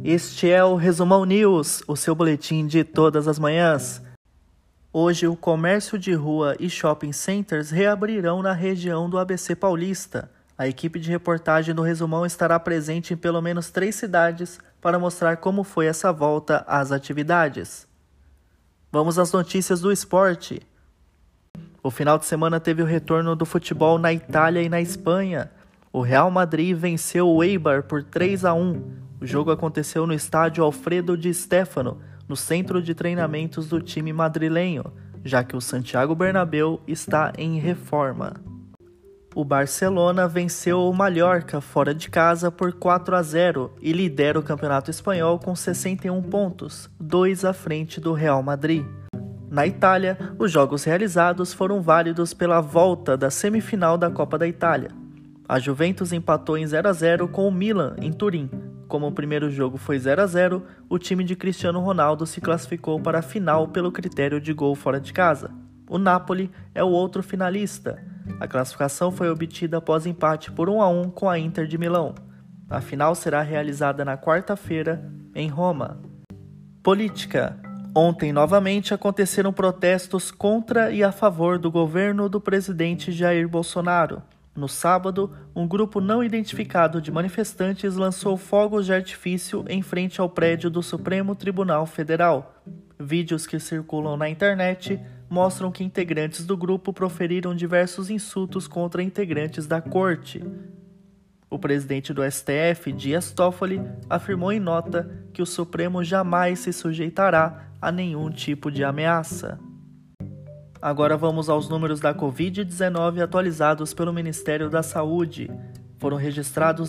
Este é o Resumão News, o seu boletim de todas as manhãs. Hoje, o comércio de rua e shopping centers reabrirão na região do ABC Paulista. A equipe de reportagem do Resumão estará presente em pelo menos 3 cidades para mostrar como foi essa volta às atividades. Vamos às notícias do esporte. O final de semana teve o retorno do futebol na Itália e na Espanha. O Real Madrid venceu o Eibar por 3-1. O jogo aconteceu no estádio Alfredo Di Stéfano, no centro de treinamentos do time madrilenho, já que o Santiago Bernabéu está em reforma. O Barcelona venceu o Mallorca fora de casa por 4-0 e lidera o Campeonato Espanhol com 61 pontos, 2 à frente do Real Madrid. Na Itália, os jogos realizados foram válidos pela volta da semifinal da Copa da Itália. A Juventus empatou em 0-0 com o Milan, em Turim. Como o primeiro jogo foi 0-0, o time de Cristiano Ronaldo se classificou para a final pelo critério de gol fora de casa. O Napoli é o outro finalista. A classificação foi obtida após empate por 1-1 com a Inter de Milão. A final será realizada na quarta-feira, em Roma. Política. Ontem, novamente, aconteceram protestos contra e a favor do governo do presidente Jair Bolsonaro. No sábado, um grupo não identificado de manifestantes lançou fogos de artifício em frente ao prédio do Supremo Tribunal Federal. Vídeos que circulam na internet mostram que integrantes do grupo proferiram diversos insultos contra integrantes da corte. O presidente do STF, Dias Toffoli, afirmou em nota que o Supremo jamais se sujeitará a nenhum tipo de ameaça. Agora vamos aos números da Covid-19 atualizados pelo Ministério da Saúde. Foram registrados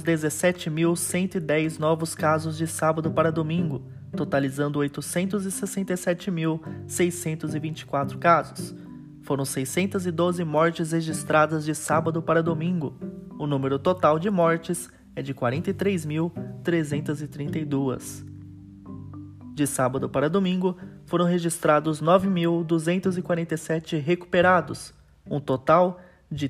17.110 novos casos de sábado para domingo, totalizando 867.624 casos. Foram 612 mortes registradas de sábado para domingo. O número total de mortes é de 43.332. De sábado para domingo, foram registrados 9.247 recuperados, um total de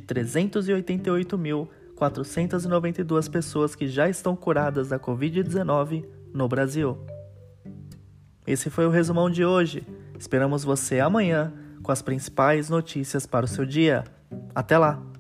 388.492 pessoas que já estão curadas da Covid-19 no Brasil. Esse foi o resumão de hoje. Esperamos você amanhã com as principais notícias para o seu dia. Até lá!